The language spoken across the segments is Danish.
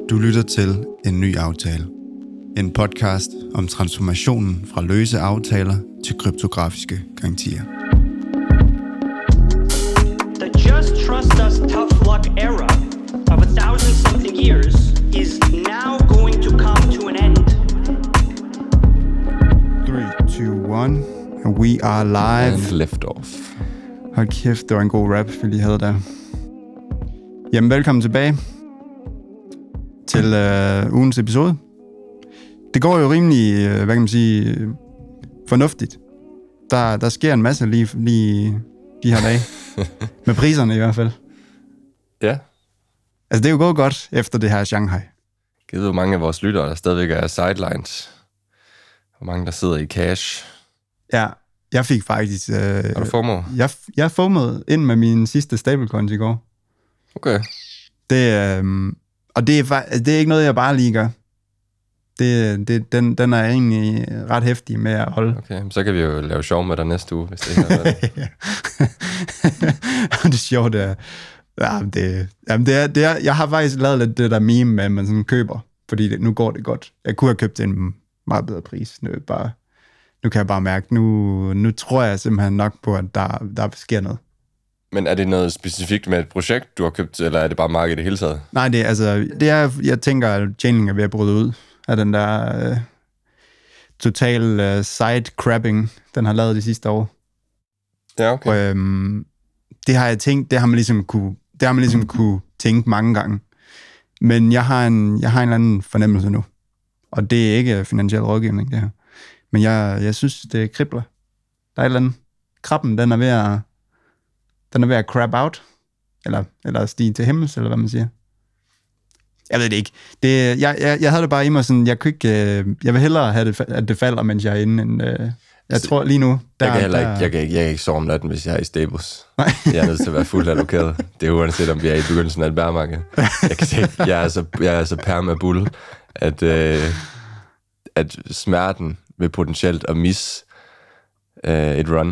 Du lytter til En Ny Aftale. En podcast om transformationen fra løse aftaler til kryptografiske garantier. The just trust us tough luck era of 1,000-something years is now going to come to an end. 3, 2, 1, and we are live. And lift off. Hold kæft, det var en god rap, vi lige havde der. Jamen, velkommen tilbage til ugens episode. Det går jo rimelig, hvad kan man sige, fornuftigt. Der sker en masse lige de her dage. Med priserne i hvert fald. Ja. Altså, det er jo gået godt efter det her Shanghai. Jeg ved, hvor mange af vores lyttere, der stadigvæk er sidelines. Hvor mange, der sidder i cash. Ja, jeg fik faktisk... Har du FOMO? Jeg FOMO'ede ind med min sidste stablecoins i går. Okay. Og det er ikke noget, jeg bare lige gør. Den er egentlig ret heftig med at holde. Okay, så kan vi jo lave sjov med dig næste uge, hvis det ikke er det. Det er sjovt, det er... Jeg har faktisk lavet lidt det der meme med, at man sådan køber, fordi nu går det godt. Jeg kunne have købt en meget bedre pris. Nu kan jeg bare mærke, nu tror jeg simpelthen nok på, at der sker noget. Men er det noget specifikt med et projekt, du har købt, eller er det bare markedet i det hele taget? Nej, jeg tænker, at Chainlink er ved at bryde ud af den der total side-crabbing, den har lavet de sidste år. Ja, okay. Og, det har jeg tænkt, det har man ligesom kunne tænke mange gange. Men jeg har en eller anden fornemmelse nu. Og det er ikke finansiel rådgivning, det her. Men jeg synes, det kribler. Der er et eller andet. Krabben, den er ved at crab out. Eller stige til himmels, eller hvad man siger. Jeg ved det ikke. Jeg havde det bare i mig sådan, jeg vil hellere have det, at det falder, mens jeg er inde, end jeg tror lige nu. Jeg kan ikke sove om natten, hvis jeg er i stables. Nej. Jeg er nødt til at være fuldt allokeret. Det er uanset, om vi er i begyndelsen af et bærmarked. Jeg er så permabull, at smerten ved potentielt at misse et run,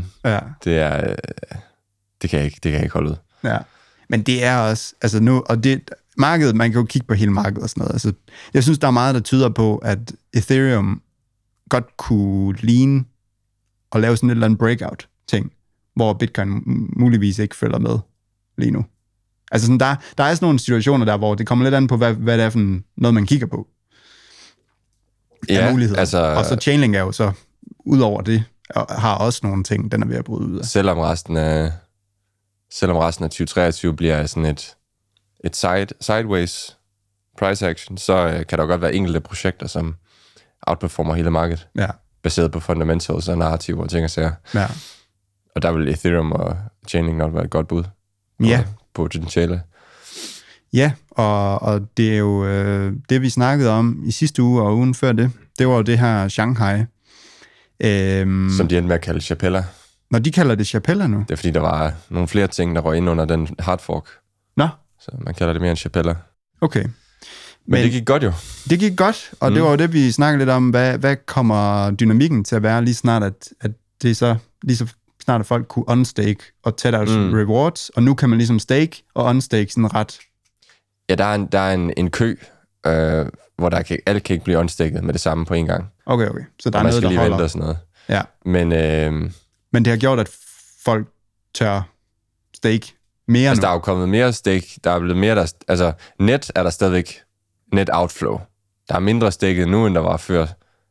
det kan jeg ikke holde ud. Ja, men det er også, altså nu, og det markedet, man kan jo kigge på hele markedet og sådan noget. Altså, jeg synes, der er meget, der tyder på, at Ethereum godt kunne ligne og lave sådan et eller andet breakout-ting, hvor Bitcoin muligvis ikke følger med lige nu. Altså sådan, der er sådan nogle situationer der, hvor det kommer lidt an på, hvad det er for noget, man kigger på. Ja, altså... Og så Chainlink er jo så, ud over det, har også nogle ting, den er ved at bryde ud af. Selvom resten af 2023 bliver sådan et sideways price action, så kan der godt være enkelte projekter, som outperformer hele markedet. Ja. Baseret på fundamentals og narrativer og ting og sager. Ja. Og der vil Ethereum og Chainlink nok være et godt bud på potentiale. Ja, og det er jo det, vi snakkede om i sidste uge og ugen før det. Det var jo det her Shanghai. Som de endte med at kalde Chapella. Når de kalder det Chapella nu? Det er fordi, der var nogle flere ting, der røg ind under den hardfork. Nå. Så man kalder det mere en Chapella. Okay. Men det gik godt jo. Det gik godt, og det var jo det, vi snakkede lidt om. Hvad kommer dynamikken til at være lige snart, at det er så lige så snart, at folk kunne unstake og tage deres rewards, og nu kan man ligesom stake og unstake sådan ret. Ja, der er en kø, hvor alle kan ikke blive unstaket med det samme på en gang. Okay. Så der er noget, der holder. Vente og sådan noget. Ja. Men det har gjort, at folk tør stake mere nu. Der er jo kommet mere stake, der er blevet mere, altså net er der stadigvæk net outflow. Der er mindre staket nu, end der var før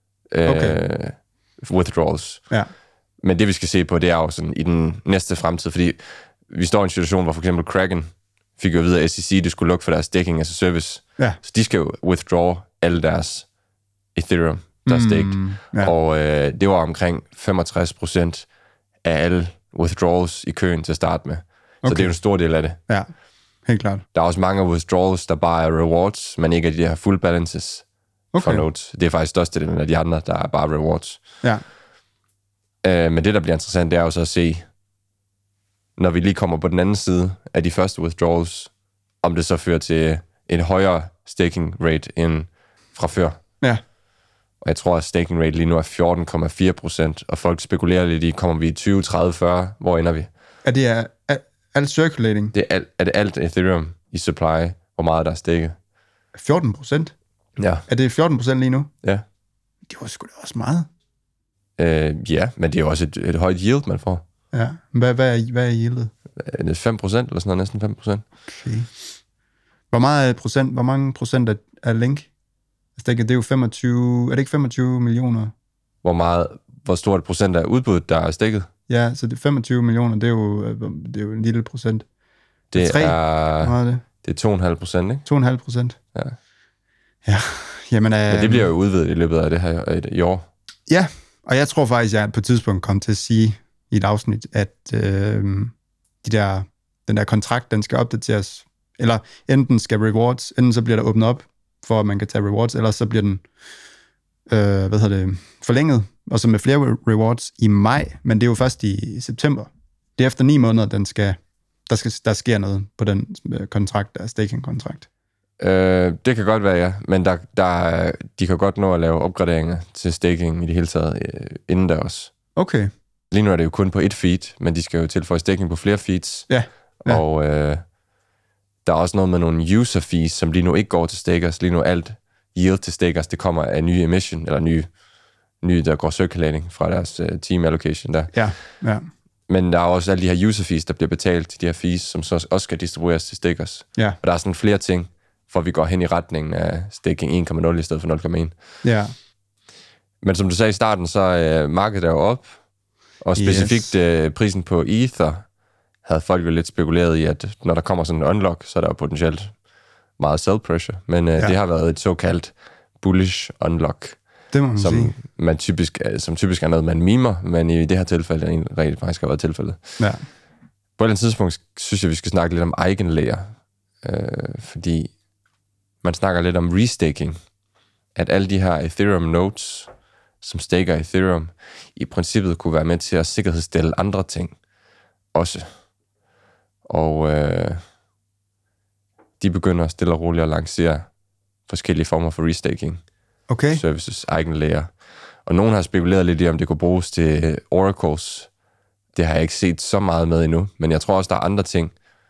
withdrawals. Ja. Men det vi skal se på, det er jo sådan i den næste fremtid, fordi vi står i en situation, hvor for eksempel Kraken fik jo at vide, at SEC de skulle lukke for deres staking as a service. Ja. Så de skal jo withdraw alle deres Ethereum, der er staked. Ja. Og det var omkring 65% af alle withdrawals i køen til at starte med. Så det er jo en stor del af det. Ja, helt klart. Der er også mange withdrawals, der bare er rewards, men ikke af de her full balances for notes. Det er faktisk størstedelen af de andre, der er bare rewards. Ja. Men det, der bliver interessant, det er jo så at se, når vi lige kommer på den anden side af de første withdrawals, om det så fører til en højere staking rate end fra før. Ja. Og jeg tror, at staking rate lige nu er 14,4%, og folk spekulerer lidt i, kommer vi i 20, 30, 40? Hvor ender vi? Er det alt circulating? Er det alt Ethereum i supply, hvor meget der er stakket? 14%? Ja. Er det 14% lige nu? Ja. Det var sgu da også meget. Ja, men det er jo også et højt yield, man får. Ja, hvad er yieldet? 5% eller sådan noget, næsten 5%. Okay. Hvor mange procent er link? Altså, det er jo 25, er det ikke 25 millioner? Hvor stort et procent af udbuddet, der er stikket? Ja, så det er 25 millioner, det er jo en lille procent. Det er 2,5%, ikke? 2,5%. Ja. Ja, jamen... Men det bliver jo udvidet i løbet af det her i år. Ja, og jeg tror faktisk, jeg på et tidspunkt kom til at sige i et afsnit, at den der kontrakt, den skal opdateres, eller enten skal rewards, enten så bliver der åbnet op, for at man kan tage rewards, eller så bliver den forlænget, og så med flere rewards i maj, men det er jo først i september. Det er efter 9 måneder, der sker noget på den kontrakt, der er staking-kontrakt. Det kan godt være, ja. Men de kan godt nå at lave opgraderinger til staking i det hele taget inden der også. Okay. Lige nu er det jo kun på et feed, men de skal jo tilføje staking på flere feeds. Ja. Og der er også noget med nogle user fees, som lige nu ikke går til stakers. Lige nu alt yield til stakers, det kommer af nye emission, eller nye der går circulating fra deres team allocation der. Ja. Men der er også alle de her user fees, der bliver betalt til de her fees, som så også skal distribueres til stakers. Ja. Og der er sådan flere ting, for vi går hen i retningen af staking 1,0 i stedet for 0,1. Ja. Men som du sagde i starten, så markedet er jo op, og specifikt prisen på Ether havde folk jo lidt spekuleret i, at når der kommer sådan en unlock, så er der jo potentielt meget sell pressure. Men det har været et såkaldt bullish unlock, det må man sige. Som typisk er noget, man mimer, men i det her tilfælde er rent faktisk har været tilfældet. Ja. På et eller andet tidspunkt synes jeg, vi skal snakke lidt om eigenlayer, fordi man snakker lidt om restaking, at alle de her Ethereum nodes, som staker Ethereum, i princippet kunne være med til at sikkerhedsstille andre ting også. Og de begynder stille og roligt at lancere forskellige former for restaking services, eigenlayer. Og nogen har spekuleret lidt i, om det kunne bruges til oracles. Det har jeg ikke set så meget med endnu, men jeg tror også, der er andre ting,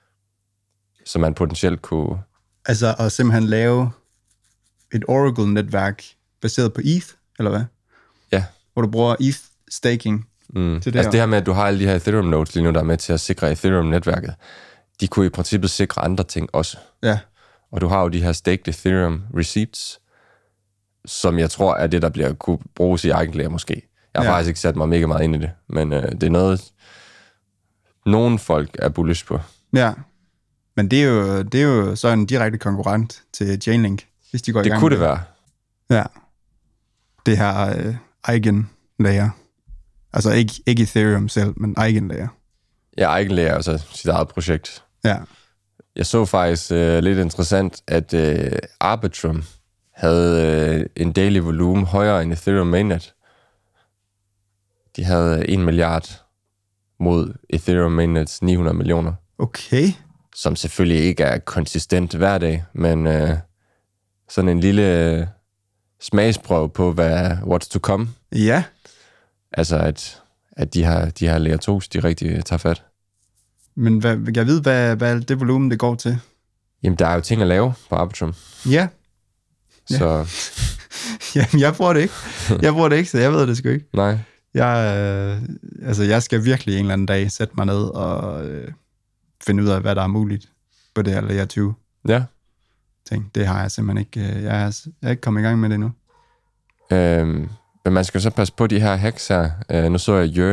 som man potentielt kunne... Altså at simpelthen lave et Oracle-netværk baseret på ETH, eller hvad? Ja. Hvor du bruger ETH-staking til det altså det her med, at du har alle de her Ethereum-nodes lige nu, der er med til at sikre Ethereum-netværket, de kunne i princippet sikre andre ting også. Ja. Og du har jo de her staked Ethereum receipts, som jeg tror er det, der bliver kunne bruges i eigenlayer måske. Jeg har faktisk ikke sat mig mega meget ind i det, men det er noget, nogle folk er bullish på. Ja. Men det er jo så en direkte konkurrent til Chainlink, hvis de går i gang. Det kunne det være. Ja. Det her eigenlayer. Altså ikke Ethereum selv, men eigenlayer. Ja, eigenlayer er altså sit eget projekt. Ja. Jeg så faktisk lidt interessant, at Arbitrum havde en daily volume højere end Ethereum Mainnet. De havde 1 milliard mod Ethereum Mainnets 900 millioner. Okay. Som selvfølgelig ikke er konsistent hver dag, men sådan en lille smagsprøve på, what's to come. Ja. Altså, at de her layer 2's, de rigtig tager fat. Men jeg ved, hvad det volumen, det går til? Jamen, der er jo ting at lave på Arbitrum. Ja. Så... Jamen, jeg bruger det ikke. Så jeg ved det sgu ikke. Nej. Jeg skal virkelig en eller anden dag sætte mig ned og finde ud af, hvad der er muligt på det her layer 20. Ja. Det har jeg simpelthen ikke. Jeg er ikke kommet i gang med det endnu. Men man skal så passe på de her hacks her. Nu så jeg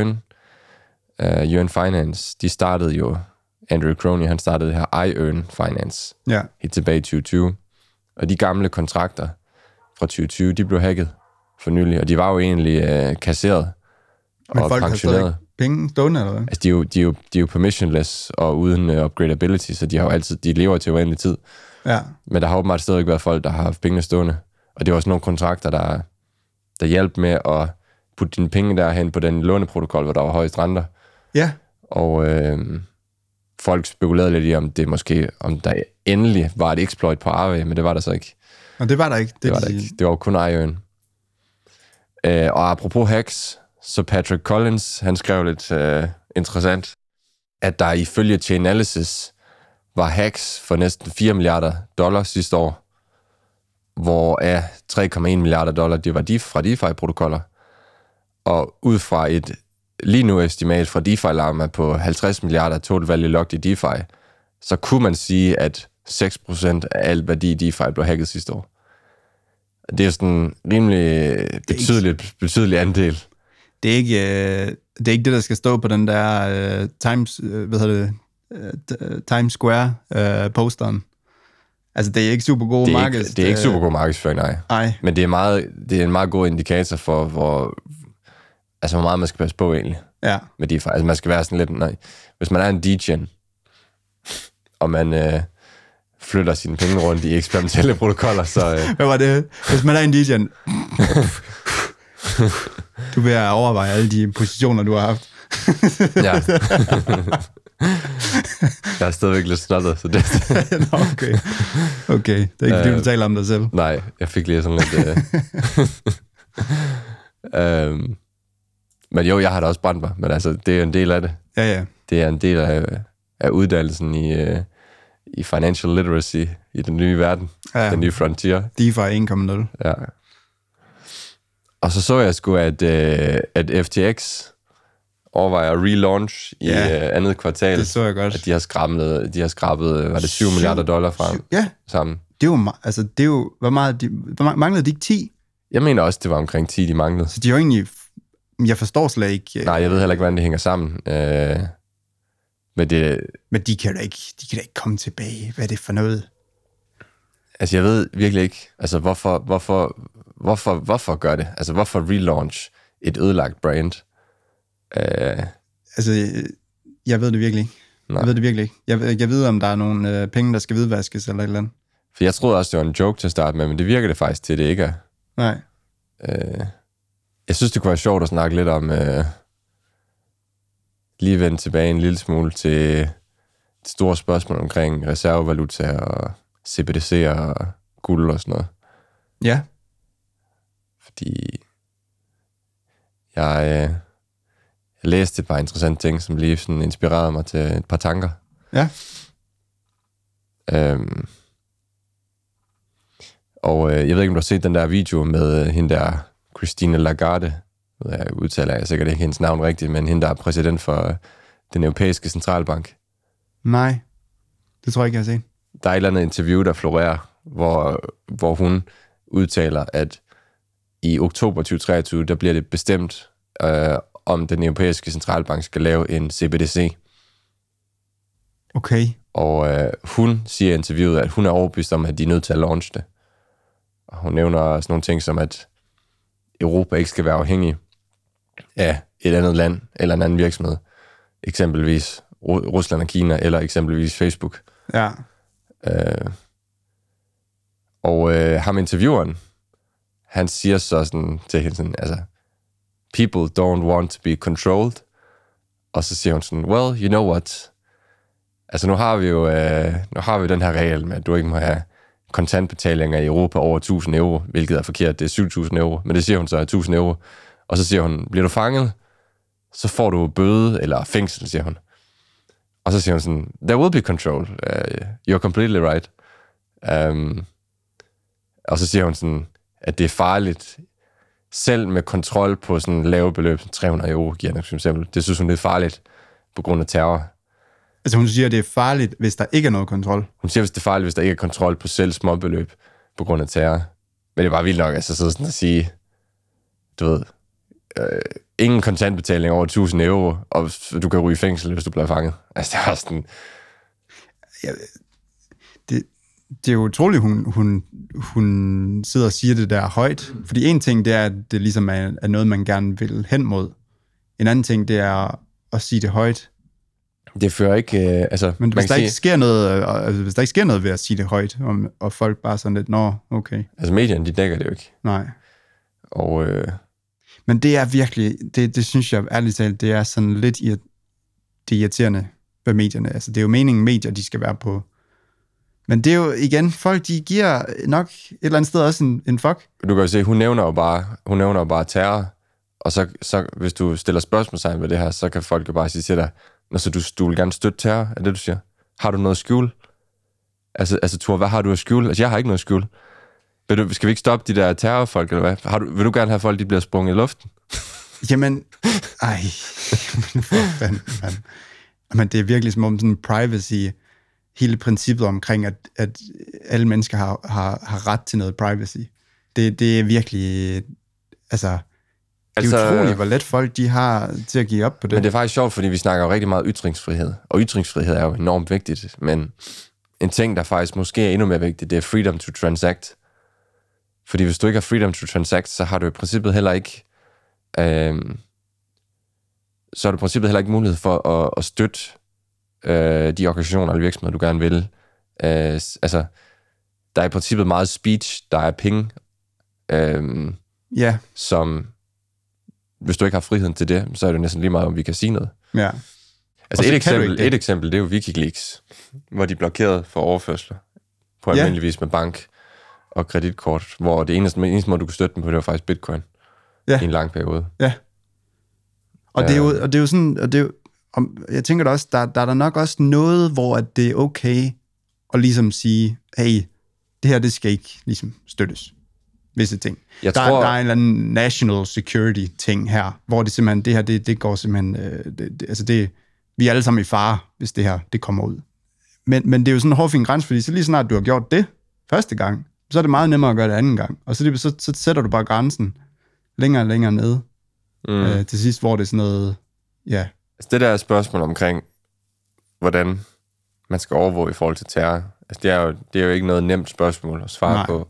Yearn Finance. De startede jo, Andrew Crony, han startede det her iEarn Finance. Ja. Helt tilbage i 2020. Og de gamle kontrakter fra 2020, de blev hacket for nylig. Og de var jo egentlig kasseret. Men folk har stadig penge stående, eller hvad? Altså, de er jo permissionless og uden upgradability, så de lever til uendelig tid. Ja. Men der har åbenbart stadig været folk, der har haft pengene stående. Og det var også nogle kontrakter, der hjalp med at putte dine penge derhen på den låneprotokol, hvor der var højst renter. Ja. Og folk spekulerede lidt i, om der endelig var et exploit på Aave, men det var der så ikke. Og det var der ikke. Det var der ikke. Det var kun iEarn. Og apropos hacks, så Patrick Collins, han skrev lidt interessant, at der ifølge Chainalysis var hacks for næsten $4 milliarder sidste år. hvor af 3,1 milliarder dollar, det var fra DeFi-protokoller. Og ud fra et lige nu estimat fra DeFi-Lama på 50 milliarder total value locked i DeFi, så kunne man sige, at 6% af alt værdi i DeFi blev hacket sidste år. Det er sådan en rimelig betydelig andel. Det er ikke det, der skal stå på den der Times Square posteren. Altså, det er ikke super god markedsføring. Det er ikke super god markedsføring, nej. Men det er en meget god indikator for, hvor meget man skal passe på egentlig. Ja. Med DeFi. Altså, man skal være sådan lidt... Hvis man er en degen, og man flytter sine penge rundt i eksperimentelle protokoller, så... Hvad var det? Hvis man er en degen... Du vil overveje alle de positioner, du har haft. Ja. Jeg er stadigvæk lidt snottet, så det... Nå, okay. Det er ikke fordi, du taler om dig selv. Nej, jeg fik lige sådan lidt... Men jo, jeg har da også brændt mig, men altså, det er en del af det. Ja. Det er en del af uddannelsen i financial literacy i den nye verden, den nye frontier. DeFi 1.0. Ja. Og så jeg sgu, at FTX overvejer at relaunch i andet kvartal. Det så jeg godt. At de har skrabet var det 7 milliarder dollar frem sammen. Det er jo, hvor meget manglede de ikke 10? Jeg mener også, det var omkring 10, de manglede. Så de har jo egentlig, jeg forstår slet ikke... Nej, jeg ved heller ikke, hvordan det hænger sammen. Men de kan da ikke komme tilbage. Hvad er det for noget? Altså, jeg ved virkelig ikke, altså, hvorfor gør det? Altså, hvorfor relaunch et ødelagt brand? Altså, jeg ved det virkelig ikke. Nej. Jeg ved det virkelig ikke. Jeg ved, om der er nogle penge, der skal hvidvaskes eller et eller andet. For jeg troede også, det var en joke til at starte med, men det virker det faktisk til, det ikke er. Nej. Jeg synes, det kunne være sjovt at snakke lidt om... lige vende tilbage en lille smule til et stort spørgsmål omkring reservevaluta og CBDC'er og guld og sådan noget. Ja. Fordi jeg læste et par interessante ting, som lige sådan inspirerede mig til et par tanker. Ja. Og jeg ved ikke, om du har set den der video med hende der, Christine Lagarde. Jeg udtaler jeg sikkert ikke hendes navn rigtigt, men hende, der er præsident for den europæiske centralbank. Nej, det tror jeg ikke, jeg har set. Der er et eller andet interview, der florerer, hvor hun udtaler, at i oktober 2023, der bliver det bestemt, om den europæiske centralbank skal lave en CBDC. Okay. Og hun siger i interviewet, at hun er overbevist om, at de er nødt til at launche det. Og hun nævner sådan nogle ting som, at Europa ikke skal være afhængig af et andet land eller en anden virksomhed. Eksempelvis Rusland og Kina, eller eksempelvis Facebook. Ja. Og ham intervieweren, han siger så sådan til hende sådan, altså, people don't want to be controlled. Og så siger hun sådan, well, you know what? Altså, nu har vi den her regel med, at du ikke må have kontantbetalinger i Europa over 1.000 euro, hvilket er forkert, det er 7.000 euro, men det siger hun så er 1.000 euro. Og så siger hun, bliver du fanget, så får du bøde eller fængsel, siger hun. Og så siger hun sådan, there will be control, you're completely right. Og så siger hun sådan, at det er farligt, selv med kontrol på sådan lave beløb, 300 euro giver nok som eksempel. Det synes hun, det er farligt på grund af terror. Altså hun siger, at det er farligt, hvis der ikke er noget kontrol. Hun siger, at det er farligt, hvis der ikke er kontrol på selv småbeløb på grund af terror. Men det er bare vildt nok, altså sådan at sige, du ved, ingen kontantbetaling over 1.000 euro, og du kan ryge i fængsel, hvis du bliver fanget. Altså det er sådan... Ja, det er jo utroligt, hun sidder og siger det der højt. Fordi en ting, det er, at det ligesom er noget, man gerne vil hen mod. En anden ting, det er at sige det højt. Det fører ikke... Men hvis der ikke sker noget ved at sige det højt, og folk bare sådan lidt, nå, okay. Altså medierne, de dækker det jo ikke. Nej. Og... Men det er virkelig, det synes jeg ærligt talt, det er sådan lidt det irriterende ved medierne. Altså det er jo meningen, medier, de skal være på. Men det er jo igen, folk, de giver nok et eller andet sted også en fuck. Du kan jo se, hun nævner jo bare terror, og så hvis du stiller spørgsmålstegn ved det her, så kan folk jo bare sige til dig, så du vil gerne støtte terror, er det, du siger? Har du noget at skjule? Altså Thor, hvad har du at skjule? Altså, jeg har ikke noget at skjule. Skal vi ikke stoppe de der terrorfolk, eller hvad? Vil du gerne have folk, de bliver sprunget i luften? Jamen, men det er virkelig som om sådan privacy, hele princippet omkring, at alle mennesker har ret til noget privacy. Det er virkelig, det er utroligt, hvor let folk de har til at give op på det. Men det er faktisk sjovt, fordi vi snakker jo rigtig meget ytringsfrihed, og ytringsfrihed er jo enormt vigtigt, men en ting, der faktisk måske er endnu mere vigtigt, det er freedom to transact. Fordi hvis du ikke har freedom to transact, så har du i princippet heller ikke mulighed for at støtte de organisationer eller virksomheder, du gerne vil. Der er i princippet meget speech, der er penge, som hvis du ikke har friheden til det, så er det næsten lige meget, om vi kan sige noget. Ja. Et eksempel, det er jo WikiLeaks, hvor de blokerede for overførsler på almindeligvis med bank og kreditkort, hvor det eneste måde, du kunne støtte dem på, det var faktisk bitcoin i en lang periode. Ja. Og det er jo sådan, jeg tænker da også, der er nok også noget, hvor at det er okay at ligesom sige, hey, det her, det skal ikke ligesom støttes. Visse ting. Der er en eller anden national security ting her, hvor det simpelthen, det her, det går simpelthen, vi er alle sammen i fare, hvis det her, det kommer ud. Men det er jo sådan en hårfin grænse, fordi så lige snart du har gjort det første gang, så er det meget nemmere at gøre det anden gang. Og så sætter du bare grænsen længere og længere ned. Til sidst, hvor det er sådan noget, ja. Altså det der er spørgsmål omkring, hvordan man skal overvåge i forhold til terror, det er jo ikke noget nemt spørgsmål at svare på.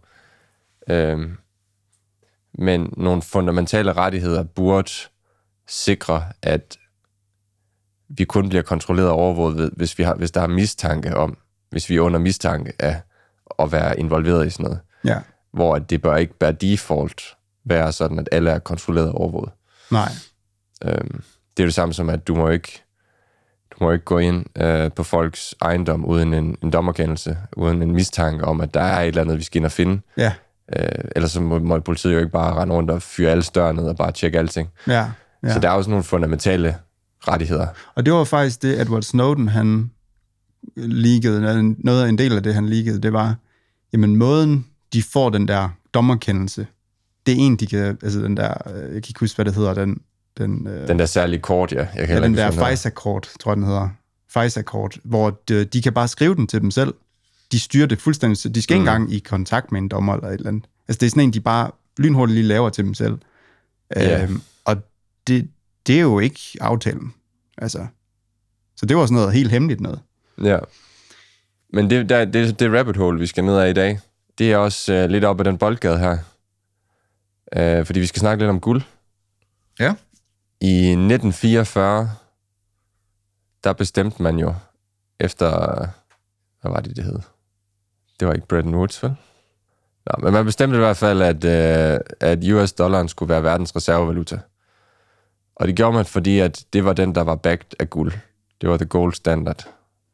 Men nogle fundamentale rettigheder burde sikre, at vi kun bliver kontrolleret og overvåget, hvis der er mistanke om, hvis vi er under mistanke af at være involveret i sådan noget. Ja. Hvor det bør ikke bare default være sådan, at alle er kontrolleret og overvåget. Nej. Det er det samme som, at du må ikke gå ind på folks ejendom uden en dommerkendelse, uden en mistanke om, at der er et eller andet, vi skal ind og finde. Ja. Ellers så må politiet jo ikke bare rende rundt og fyre alle større ned og bare tjekke alting. Ja. Så der er også nogle fundamentale rettigheder. Og det var faktisk det, Edward Snowden, han leakede, en del af det, han leakede, det var, jamen måden, de får den der dommerkendelse, det er en, de kan, altså den der, jeg kan ikke huske, hvad det hedder, den der særlige kort, ja. Jeg kan den der FISA-kort, tror jeg, den hedder. FISA-kort, hvor de kan bare skrive den til dem selv. De styrer det fuldstændig. De skal ikke engang i kontakt med en dommer eller et eller andet. Altså, det er sådan en, de bare lynhurtigt lige laver til dem selv. Og det er jo ikke aftalen. Altså, så det var sådan noget helt hemmeligt noget. Ja. Men det rabbit hole, vi skal ned af i dag, det er også lidt op ad den boldgade her. Fordi vi skal snakke lidt om guld. Ja. I 1944, der bestemte man jo efter, hvad var det hed? Det var ikke Bretton Woods, vel? Nå, men man bestemte i hvert fald, at US-dollaren skulle være verdens reservevaluta. Og det gjorde man, fordi at det var den, der var backed af guld. Det var the gold standard.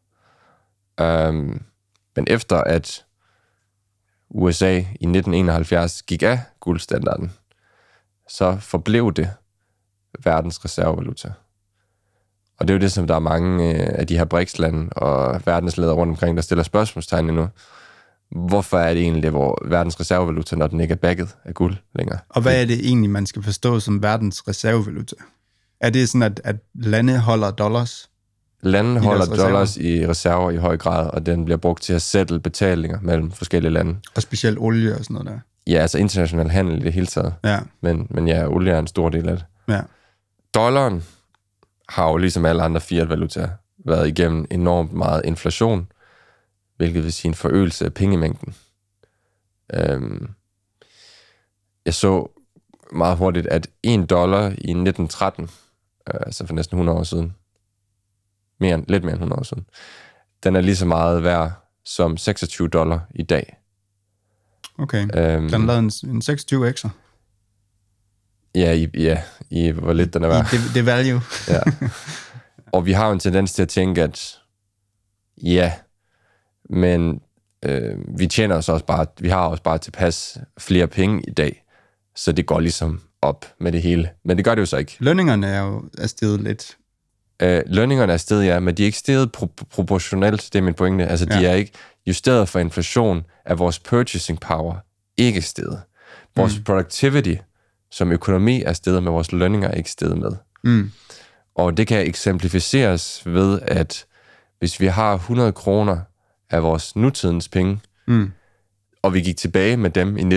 Men efter at USA i 1971 gik af guldstandarden, så forblev det verdens reservevaluta. Og det er jo det, som der er mange af de her BRICS-lande og verdensledere rundt omkring, der stiller spørgsmålstegn endnu. Hvorfor er det egentlig verdens reservevaluta, når den ikke er backet af guld længere? Og hvad er det egentlig, man skal forstå som verdens reservevaluta? Er det sådan, at lande holder dollars? Lande holder dollars i reserver i høj grad, og den bliver brugt til at sætte betalinger mellem forskellige lande. Og specielt olie og sådan noget der? Ja, altså international handel i det hele taget. Ja. Men ja, olie er en stor del af det. Ja. Dollaren har jo ligesom alle andre fiat-valutaer været igennem enormt meget inflation, hvilket vil sige en forøgelse af pengemængden. Jeg så meget hurtigt, at $1 i 1913, altså for næsten 100 år siden, lidt mere end 100 år siden, den er lige så meget værd som $26 i dag. Okay, den har lavet en 26 x'er. Ja, i hvor lidt den er værd. Det value. Ja. Og vi har jo en tendens til at tænke, at ja, men vi tjener os også bare, vi har også bare tilpas flere penge i dag, så det går ligesom op med det hele. Men det gør det jo så ikke. Lønningerne er jo steget lidt. Lønningerne er steget, ja, men de er ikke steget proportionelt, det er min pointe. Altså, de er ikke justeret for inflation af vores purchasing power ikke steget. Vores productivity som økonomi er steget, men vores lønninger er ikke steget med. Og det kan eksemplificeres ved, at hvis vi har 100 kroner af vores nutidens penge, og vi gik tilbage med dem i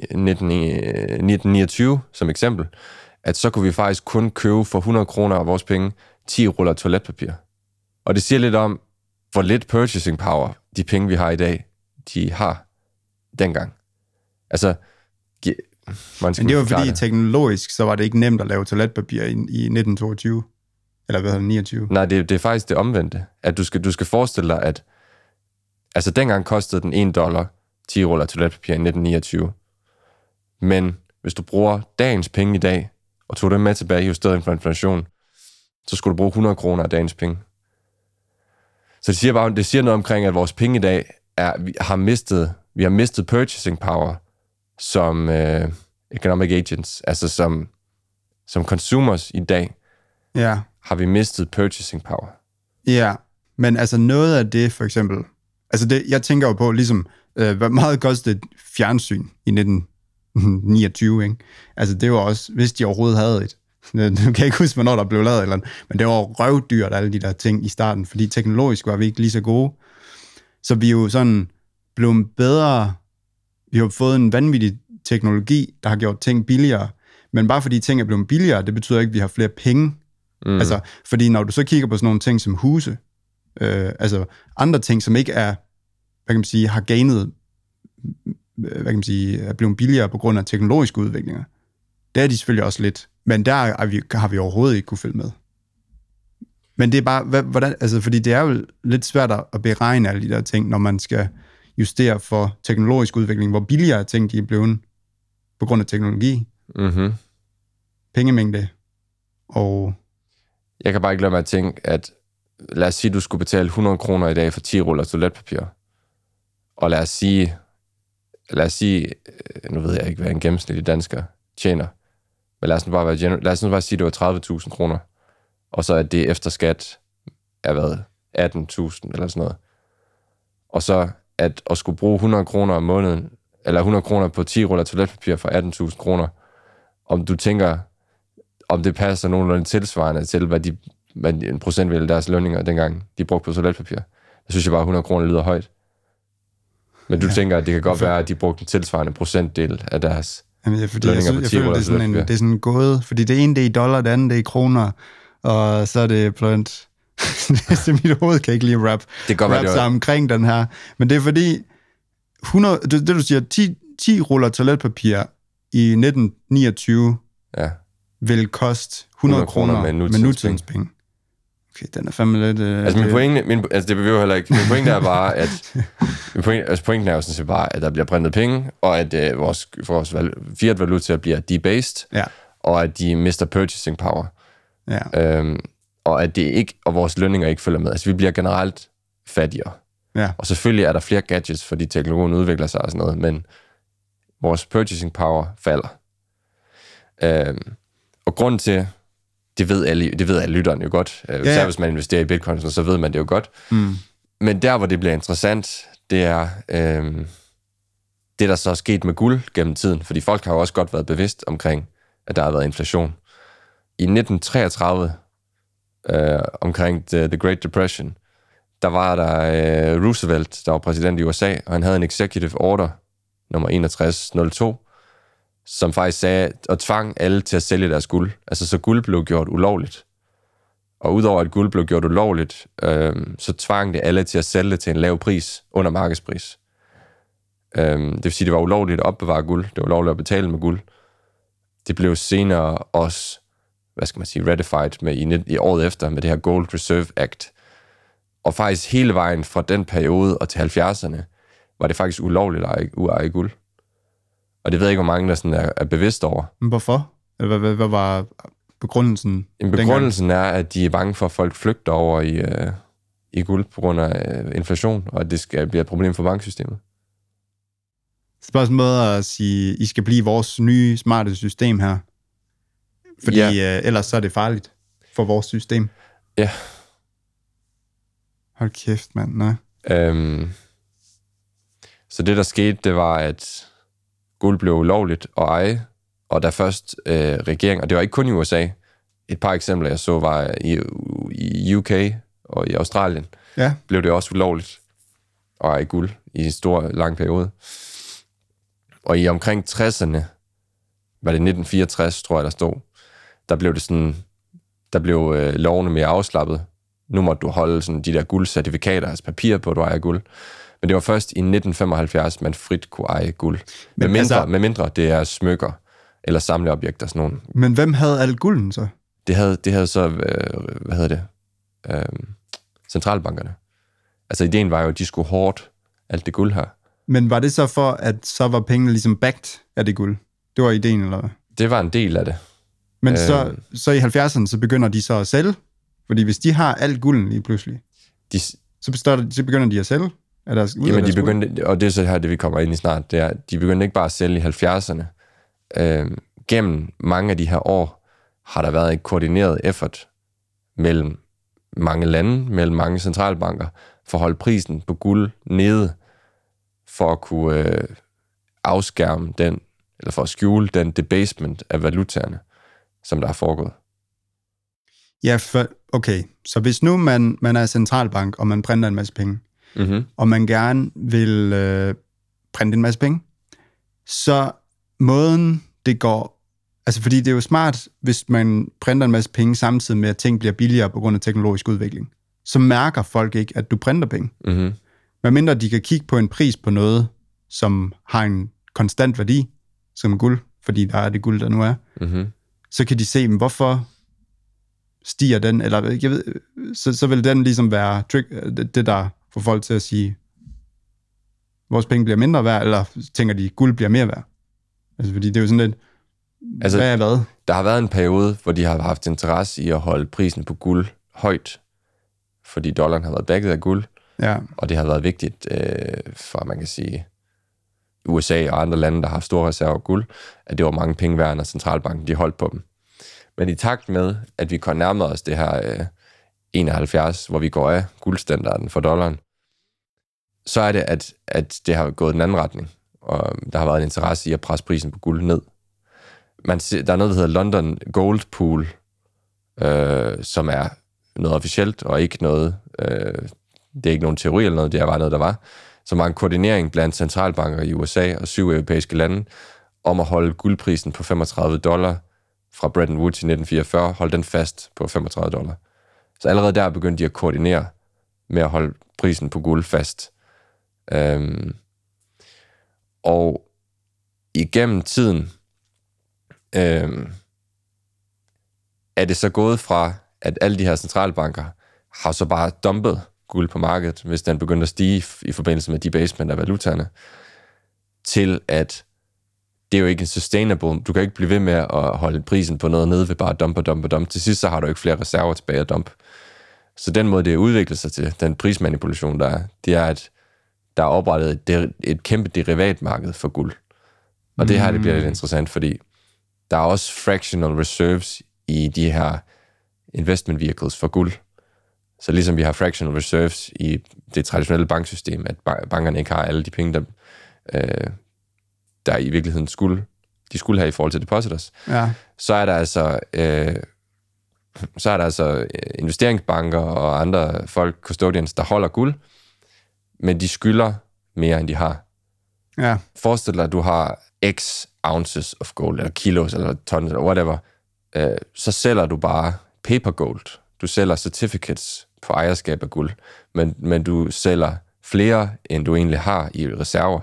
1929 som eksempel, at så kunne vi faktisk kun købe for 100 kroner af vores penge 10 ruller toiletpapir. Og det siger lidt om, hvor lidt purchasing power de penge, vi har i dag, de har dengang. Altså, men det var fordi teknologisk, så var det ikke nemt at lave toiletpapir i 1922. Eller hvad hedder det, 29? Nej, det er faktisk det omvendte. At du skal forestille dig, at altså dengang kostede den $1 10 ruller toiletpapir i 1929. Men hvis du bruger dagens penge i dag, og tog dem med tilbage justeret for inflation, så skulle du bruge 100 kroner af dagens penge. Så det siger noget omkring, at vores penge i dag vi har mistet purchasing power som economic agents, altså som consumers i dag, har vi mistet purchasing power. Ja, men altså noget af det, for eksempel, altså det, jeg tænker jo på, ligesom, hvor meget kostede fjernsyn i 1929, ikke? Altså det var også, hvis de overhovedet havde et. Nu kan jeg ikke huske, hvornår der blev lavet eller andet, men det var røvdyrt, alle de der ting i starten, fordi teknologisk var vi ikke lige så gode. Så vi er jo sådan blevet bedre, vi har fået en vanvittig teknologi, der har gjort ting billigere, men bare fordi ting er blevet billigere, det betyder ikke, at vi har flere penge. Altså, fordi når du så kigger på sådan nogle ting som huse, altså andre ting, som ikke er, hvad kan man sige, har gainet, hvad kan man sige, er blevet billigere på grund af teknologiske udviklinger, det er de selvfølgelig også lidt, men der har vi overhovedet ikke kunne følge med. Men det er bare, hvordan, altså, fordi det er jo lidt svært at beregne alle de der ting, når man skal justere for teknologisk udvikling, hvor billigere ting de er blevet på grund af teknologi. Pengemængde. Og jeg kan bare ikke lade mig at tænke, at lad os sige, at du skulle betale 100 kroner i dag for 10 ruller toiletpapir. Og lad os sige, nu ved jeg ikke, hvad en gennemsnitlig dansker tjener, men lad os nu bare sige, at det var 30.000 kroner, og så at det efter skat er været 18.000 eller sådan noget. Og så at skulle bruge 100 kroner om måneden, eller 100 kroner på 10 ruller toiletpapir for 18.000 kroner, om du tænker, om det passer nogenlunde tilsvarende til, hvad en procentdel af deres lønninger dengang, de brugte på toiletpapir. Jeg synes bare, 100 kroner lyder højt. Men du tænker, at det kan godt være, at de brugte en tilsvarende procentdel af deres lønninger på 10 ruller toiletpapir. Det er sådan en gåde, fordi det ene det er i dollar, det andet det er i kroner, og så er det blandt mit hoved kan ikke lige rap sig omkring den her. Men det er fordi, 100, det du siger, 10 ruller toiletpapir i 1929 vil koste 100 kroner med nutidens penge. Okay, den er fandme lidt... Altså min pointe, det behøver heller ikke. Min pointe er bare, at... pointen er jo sådan set bare, at der bliver printet penge, og at vores fiat-valuta bliver debased, og at de mister purchasing power. Og at det ikke, og vores lønninger ikke følger med. Altså vi bliver generelt fattigere. Og selvfølgelig er der flere gadgets, fordi teknologien udvikler sig og sådan noget, men vores purchasing power falder. Og grunden til, det ved alle lytterne jo godt. Især hvis man investerer i bitcoin, så ved man det jo godt. Men der, hvor det bliver interessant, det er det, der så er sket med guld gennem tiden. Fordi folk har jo også godt været bevidst omkring, at der har været inflation. I 1933, omkring The Great Depression, der var der Roosevelt, der var præsident i USA, og han havde en executive order, nummer 6102, som faktisk sagde, og tvang alle til at sælge deres guld. Altså, så guld blev gjort ulovligt. Og udover at guld blev gjort ulovligt, så tvang det alle til at sælge det til en lav pris, under markedspris. Det vil sige, det var ulovligt at opbevare guld. Det var ulovligt at betale med guld. Det blev senere også, ratified med i året efter med det her Gold Reserve Act. Og faktisk hele vejen fra den periode og til 70'erne, var det faktisk ulovligt at eje guld. Og det ved jeg ikke, hvor mange der sådan er bevidst over. Men hvorfor? Hvad var begrundelsen? Begrundelsen er, at de er bange for, at folk flygter over i guld på grund af inflation, og at det bliver et problem for banksystemet. Det er bare sådan en måde at sige, I skal blive vores nye, smarte system her. Fordi ellers så er det farligt for vores system. Ja. Hold kæft, mand. Nej. Så det, der skete, det var, at guld blev ulovligt at eje, og der først regering, og det var ikke kun i USA, et par eksempler, jeg så, var i UK og i Australien, blev det også ulovligt at eje guld i en stor, lang periode. Og i omkring 60'erne, var det 1964, tror jeg, der stod, der blev det sådan, der blev lovene mere afslappet. Nu måtte du holde sådan de der guldcertifikater, altså papir på, at du ejer guld. Men det var først i 1975, man frit kunne eje guld. Med mindre det er smykker eller samleobjekter, sådan nogle. Men hvem havde alt gulden så? Det havde så, centralbankerne. Altså ideen var jo, at de skulle hårdt alt det guld her. Men var det så for, at så var pengene ligesom backed af det guld? Det var ideen, eller hvad? Det var en del af det. Men så i 70'erne, så begynder de så at sælge? Fordi hvis de har alt gulden lige pludselig, så begynder de at sælge? Jamen, de begyndte, og det er så her, det vi kommer ind i snart, det er, de begyndte ikke bare at sælge i 70'erne. Gennem mange af de her år, har der været et koordineret effort mellem mange lande, mellem mange centralbanker, for at holde prisen på guld nede, for at kunne afskærme den, eller for at skjule den debasement af valutaerne, som der er foregået. Ja, okay. Så hvis nu man er centralbank, og man printer en masse penge, og man gerne vil printe en masse penge, så måden det går, altså fordi det er jo smart, hvis man printer en masse penge, samtidig med at ting bliver billigere på grund af teknologisk udvikling, så mærker folk ikke, at du printer penge. Medmindre de kan kigge på en pris på noget, som har en konstant værdi, som guld, fordi der er det guld, der nu er, så kan de se, hvorfor stiger den, eller jeg ved, så vil den ligesom være det, der får folk til at sige, vores penge bliver mindre værd, eller tænker de, guld bliver mere værd. Altså, fordi det er jo sådan lidt, hvad er hvad? Der har været en periode, hvor de har haft interesse i at holde prisen på guld højt, fordi dollaren har været backet af guld, og det har været vigtigt for, man kan sige, USA og andre lande, der har store reserver af guld, at det var mange penge værd, når centralbanken de holdt på dem. Men i takt med, at vi kan nærme os det her 71, hvor vi går af guldstandarden for dollaren, så er det, at det har gået den anden retning, og der har været en interesse i at presse prisen på guld ned. Der er noget, der hedder London Gold Pool, som er noget officielt, og ikke noget, det er ikke nogen teori eller noget, det er bare noget, der var, som var en koordinering blandt centralbanker i USA og 7 europæiske lande, om at holde guldprisen på $35 fra Bretton Woods i 1944, holde den fast på $35. Så allerede der begyndte de at koordinere med at holde prisen på guld fast. Og igennem tiden er det så gået fra, at alle de her centralbanker har så bare dumpet guld på markedet, hvis den begyndte at stige i forbindelse med debasement af valutaerne, til at det er jo ikke en sustainable. Du kan ikke blive ved med at holde prisen på noget nede ved bare dumpe. Til sidst så har du ikke flere reserver tilbage at dumpe. Så den måde, det udvikler sig til, den prismanipulation, der er, det er, at der er oprettet et kæmpe derivatmarked for guld. Og det her, det bliver lidt interessant, fordi der er også fractional reserves i de her investment vehicles for guld. Så ligesom vi har fractional reserves i det traditionelle banksystem, at bankerne ikke har alle de penge, der i virkeligheden skulle have i forhold til depositors, så er der altså investeringsbanker og andre folk, custodians, der holder guld, men de skylder mere, end de har. Ja. Forestil dig, at du har x ounces of gold, eller kilos, eller tons, eller whatever, så sælger du bare paper gold. Du sælger certificates på ejerskab af guld, men du sælger flere, end du egentlig har i reserver.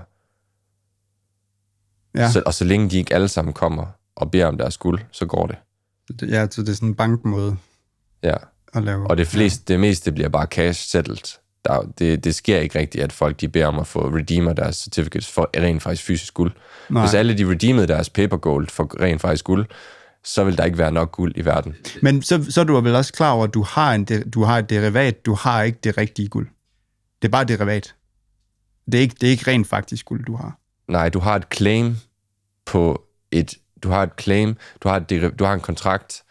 Ja. Og så længe de ikke alle sammen kommer og beder om deres guld, så går det. Ja, så det er sådan en bankmåde at lave. Og det meste bliver bare cash settled. Det sker ikke rigtigt, at folk de beder om at få redeemer deres certificates for rent faktisk fysisk guld. Nej. Hvis alle de redeemede deres paper gold for rent faktisk guld, så vil der ikke være nok guld i verden. Men så er du vel også klar over, at du har et derivat, du har ikke det rigtige guld. Det er bare et derivat. Det er ikke rent faktisk guld, du har. Nej, du har et claim du har en kontrakt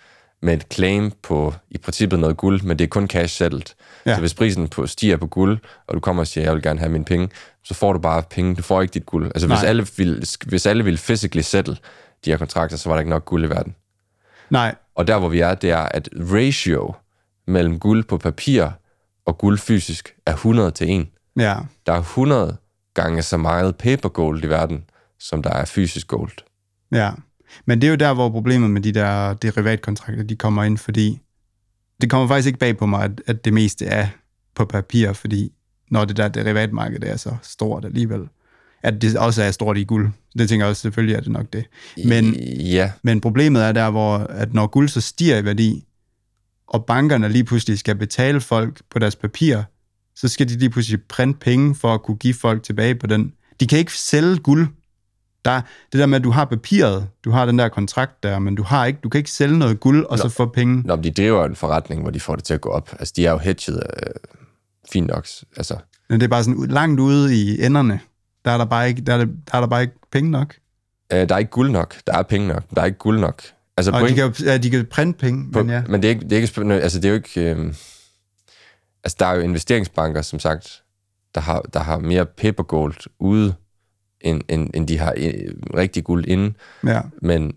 med et claim på i princippet noget guld, men det er kun cash settled. Ja. Så hvis prisen stiger på guld, og du kommer og siger, jeg vil gerne have mine penge, så får du bare penge, du får ikke dit guld. Altså hvis alle ville physically settle de her kontrakter, så var der ikke nok guld i verden. Nej. Og der hvor vi er, det er, at ratio mellem guld på papir og guld fysisk er 100 til 1. Ja. Der er 100 gange så meget paper gold i verden, som der er fysisk gold. Ja, men det er jo der, hvor problemet med de der derivatkontrakter, de kommer ind, fordi det kommer faktisk ikke bag på mig, at det meste er på papir, fordi når det der derivatmarked er så stort alligevel, at det også er stort i guld. Det tænker jeg også, selvfølgelig er det nok det. Men problemet er der, hvor at når guld så stiger i værdi, og bankerne lige pludselig skal betale folk på deres papir, så skal de lige pludselig printe penge for at kunne give folk tilbage på den. De kan ikke sælge guld. Det der med, at du har papiret, du har den der kontrakt der, men du kan ikke sælge noget guld, og så få penge. Når de driver en forretning, hvor de får det til at gå op. Altså, de er jo hedget fint nok. Altså. Men det er bare sådan langt ude i enderne. Der er der bare ikke penge nok. Der er ikke guld nok. Der er penge nok. Der er ikke guld nok. Altså, og de kan printe penge, men ja. Men det er ikke altså det er jo ikke altså der er jo investeringsbanker, som sagt, der har mere paper gold ude end de har rigtig guld inde. Ja. Men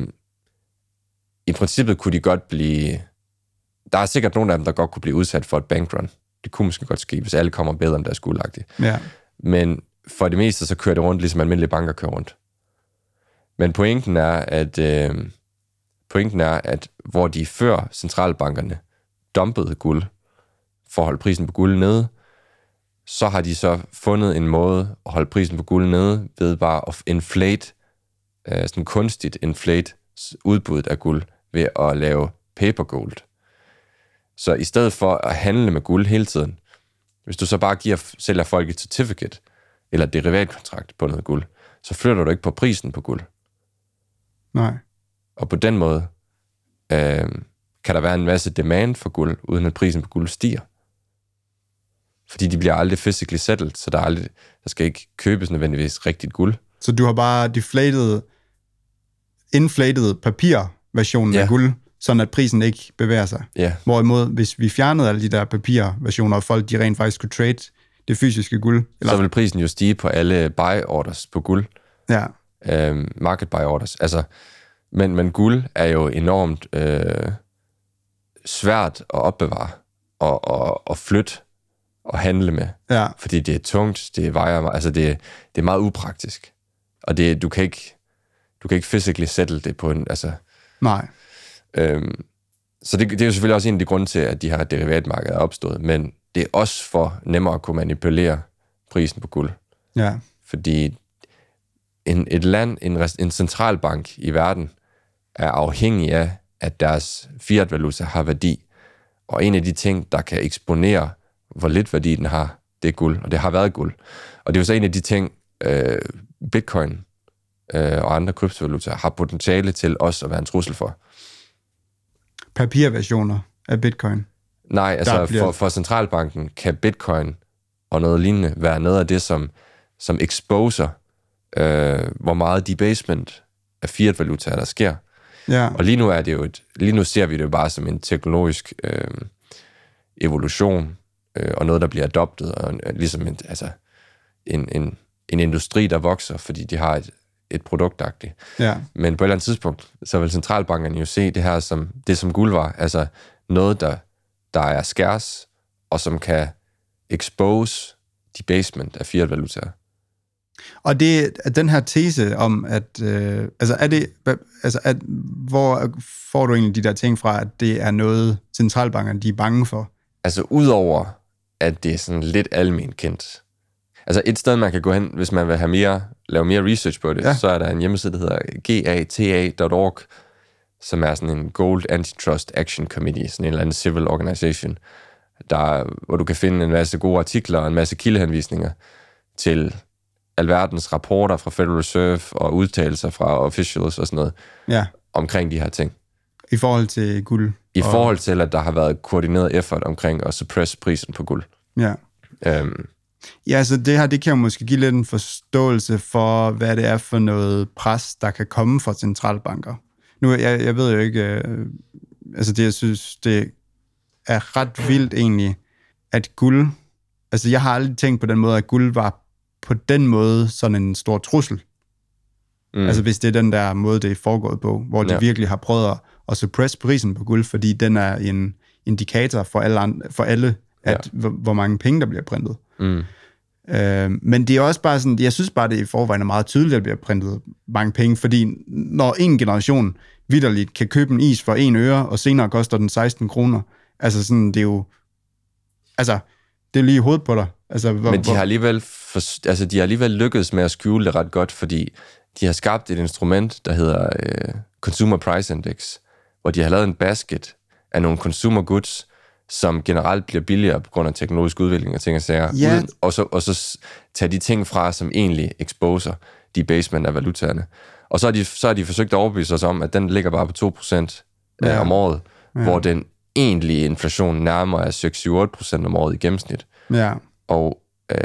i princippet kunne de godt blive... Der er sikkert nogle af dem, der godt kunne blive udsat for et bankrun. Det kunne måske godt ske, hvis alle kommer bedre end deres guldagtigt. Ja. Men for det meste, så kører det rundt, ligesom almindelige banker kører rundt. Men pointen er, at hvor de før centralbankerne dumpede guld for at holde prisen på guld nede, så har de så fundet en måde at holde prisen på guld nede ved bare at inflate, sådan kunstigt inflate udbuddet af guld ved at lave paper gold. Så i stedet for at handle med guld hele tiden, hvis du så bare sælger folk et certificate eller et derivatkontrakt på noget guld, så flytter du ikke på prisen på guld. Nej. Og på den måde kan der være en masse demand for guld, uden at prisen på guld stiger. Fordi de bliver aldrig physically settled, så der skal ikke købes nødvendigvis rigtigt guld. Så du har bare inflated papirversionen af guld, sådan at prisen ikke bevæger sig. Yeah. Hvorimod, hvis vi fjernede alle de der papirversioner, og folk de rent faktisk kunne trade det fysiske guld. Så vil prisen jo stige på alle buy orders på guld. Ja. Market buy orders. Altså, men guld er jo enormt svært at opbevare og flytte og handle med. Ja. Fordi det er tungt, det vejer, altså det er meget upraktisk. Og du kan ikke physically settle det på en, altså... Nej. Så det er jo selvfølgelig også en af de grunde til, at de her derivatmarkeder er opstået, men det er også for nemmere at kunne manipulere prisen på guld. Ja. Fordi et land, en centralbank i verden, er afhængig af, at deres fiat-valuta har værdi. Og en af de ting, der kan eksponere, hvor lidt værdi den har, det er guld, og det har været guld. Og det er jo så en af de ting, Bitcoin og andre kryptovalutaer har potentiale til også at være en trussel for. Papirversioner af Bitcoin? Nej, altså for centralbanken kan Bitcoin og noget lignende være noget af det, som exposer, hvor meget debasement af fiat-valutaer, der sker. Ja. Og lige nu ser vi det jo bare som en teknologisk evolution, og noget, der bliver adoptet, og ligesom en industri, der vokser, fordi de har et produktagtigt. Ja. Men på et eller andet tidspunkt, så vil centralbankerne jo se det her som guld var, altså noget, der er skærs, og som kan expose debasement af fiat-valutaer. Og det er den her tese om, at hvor får du egentlig de der ting fra, at det er noget, centralbankerne de er bange for? Altså udover, at det er sådan lidt almen kendt. Altså et sted, man kan gå hen, hvis man vil lave mere research på det, så er der en hjemmeside, der hedder gata.org, som er sådan en Gold Antitrust Action Committee, sådan en eller anden civil organization, hvor du kan finde en masse gode artikler og en masse kildehenvisninger til alverdens rapporter fra Federal Reserve og udtalelser fra officials og sådan noget omkring de her ting. I forhold til guld? I forhold til, at der har været koordineret effort omkring at suppresse prisen på guld. Ja. Ja, så det her, det kan jo måske give lidt en forståelse for, hvad det er for noget pres, der kan komme fra centralbanker. Nu, jeg ved jo ikke, altså det, jeg synes, det er ret vildt egentlig, at guld, altså jeg har aldrig tænkt på den måde, at guld var på den måde sådan en stor trussel. Altså hvis det er den der måde, det er foregået på, hvor de virkelig har prøvet at suppresse prisen på guld, fordi den er en indikator for alle at hvor mange penge, der bliver printet. Men det er også bare sådan, jeg synes bare, det i forvejen er meget tydeligt, at der bliver printet mange penge, fordi når en generation vitterligt kan købe en is for 1 øre, og senere koster den 16 kroner, altså sådan, det er jo, altså, det er lige i hovedet på dig. Altså, men de har alligevel lykkedes med at skjule det ret godt, fordi de har skabt et instrument, der hedder Consumer Price Index, hvor de har lavet en basket af nogle consumer goods, som generelt bliver billigere på grund af teknologisk udvikling og ting og sager, uden, og så tage de ting fra, som egentlig exposer debasement af valutaerne. Og så har de forsøgt at overbevise os om, at den ligger bare på 2% om året, hvor den egentlige inflation nærmere er 6-8% om året i gennemsnit. Ja. Og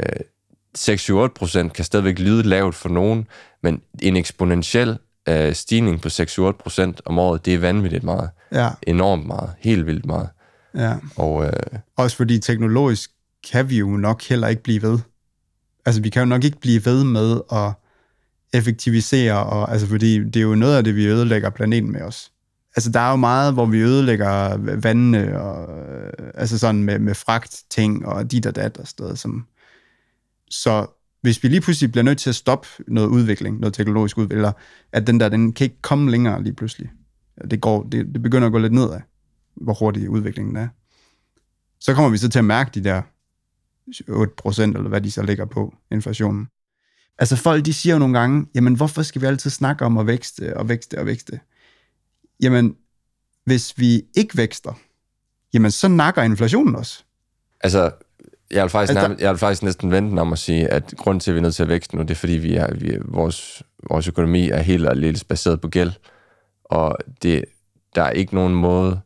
6-8% kan stadigvæk lyde lavt for nogen, men en eksponentiel stigning på 6-8% om året, det er vanvittigt meget. Ja. Enormt meget. Helt vildt meget. Ja. Og, også fordi teknologisk kan vi jo nok heller ikke blive ved. Altså, vi kan jo nok ikke blive ved med at effektivisere, og, altså, fordi det er jo noget af det, vi ødelægger planeten med os. Altså, der er jo meget, hvor vi ødelægger vandene, og, altså sådan med fragt-ting, og dit og dat og sådan noget. Så hvis vi lige pludselig bliver nødt til at stoppe noget udvikling, noget teknologisk udvikling, eller at den kan ikke komme længere lige pludselig. Det begynder at gå lidt nedad, hvor hurtig udviklingen er. Så kommer vi så til at mærke de der 8%, eller hvad de så ligger på, inflationen. Altså folk, de siger jo nogle gange, jamen hvorfor skal vi altid snakke om at vækste? Jamen, hvis vi ikke vækster, jamen så nakker inflationen også. Altså, jeg vil faktisk næsten vente den om at sige, at grunden til, at vi er nødt til at vækste nu, det er fordi, vores økonomi er helt aldeles baseret på gæld, og der er ikke nogen måde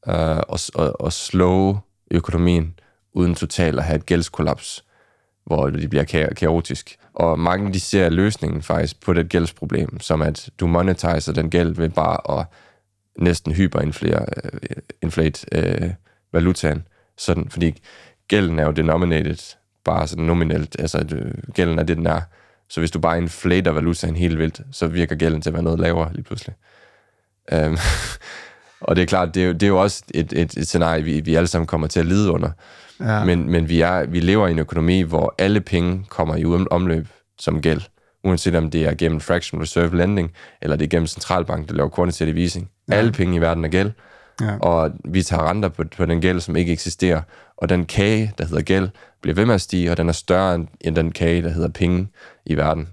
at slå økonomien uden totalt at have et gældskollaps, hvor det bliver kaotisk. Og mange de ser løsningen faktisk på det gældsproblem, som at du monetiser den gæld ved bare at næsten hyperinflate valutaen, sådan, fordi gælden er jo denominated, bare sådan nominelt, altså gælden er det, den er. Så hvis du bare inflater valutaen helt vildt, så virker gælden til at være noget lavere lige pludselig. Og det er klart, det er jo også et scenarie, vi alle sammen kommer til at lide under. Ja. Men vi lever i en økonomi, hvor alle penge kommer i omløb som gæld, uanset om det er gennem fractional reserve lending, eller det er gennem centralbank, der laver quantitative easing. Ja. Alle penge i verden er gæld, og vi tager renter på den gæld, som ikke eksisterer. Og den kage, der hedder gæld, bliver ved med at stige, og den er større end den kage, der hedder penge i verden.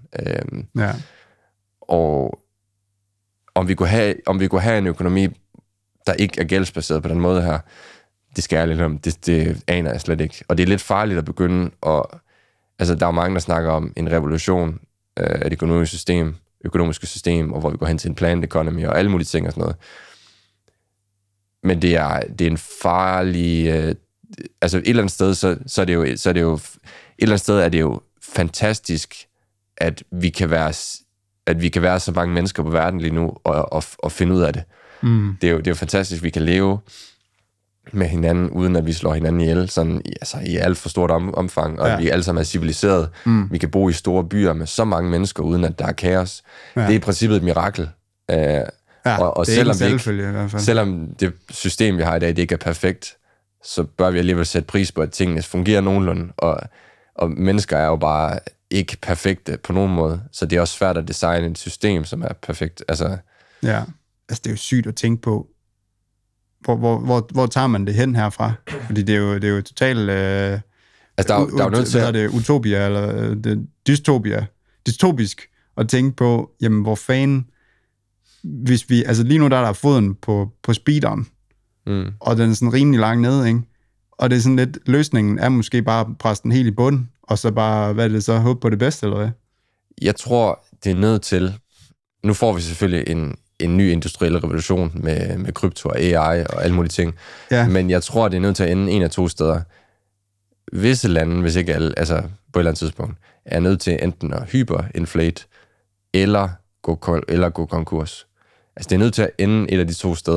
Og om vi kunne have en økonomi, der ikke er gældsbaseret på den måde her, det skal jeg lidt om. Det aner jeg slet ikke. Og det er lidt farligt at begynde at... Altså, der er mange, der snakker om en revolution af det økonomiske system, og hvor vi går hen til en planned economy og alle mulige ting og sådan noget. Men det er en farlig... altså, et eller andet sted, så er det jo... Et eller andet sted er det jo fantastisk, at vi kan være så mange mennesker på verden lige nu og finde ud af det. Det er jo fantastisk, vi kan leve med hinanden, uden at vi slår hinanden ihjel, sådan, altså, i alt for stort omfang, og vi alle sammen er civiliseret. Vi kan bo i store byer med så mange mennesker, uden at der er kaos. Det er i princippet et mirakel. Og selvom det system, vi har i dag, det ikke er perfekt, så bør vi alligevel sætte pris på, at tingene fungerer nogenlunde, og mennesker er jo bare ikke perfekte på nogen måde, så det er også svært at designe et system, som er perfekt. Altså, det er jo sygt at tænke på, hvor tager man det hen herfra? Fordi det er jo totalt... der er jo nødt til at... det utopia, eller dystopisk at tænke på, jamen hvor fanden, hvis vi... Altså lige nu der er foden på speederen, og den er sådan rimelig langt nede, ikke? Og det er sådan lidt... Løsningen er måske bare at presse den helt i bunden, og så bare, hvad er det så, håbe på det bedste, eller hvad? Jeg tror, det er nødt til... Nu får vi selvfølgelig en ny industriel revolution med krypto og AI og alle mulige ting. Ja. Men jeg tror, det er nødt til at ende en af to steder. Visse lande, hvis ikke alle, altså på et eller andet tidspunkt, er nødt til enten at hyperinflate eller gå konkurs. Altså det er nødt til at ende et af de to steder,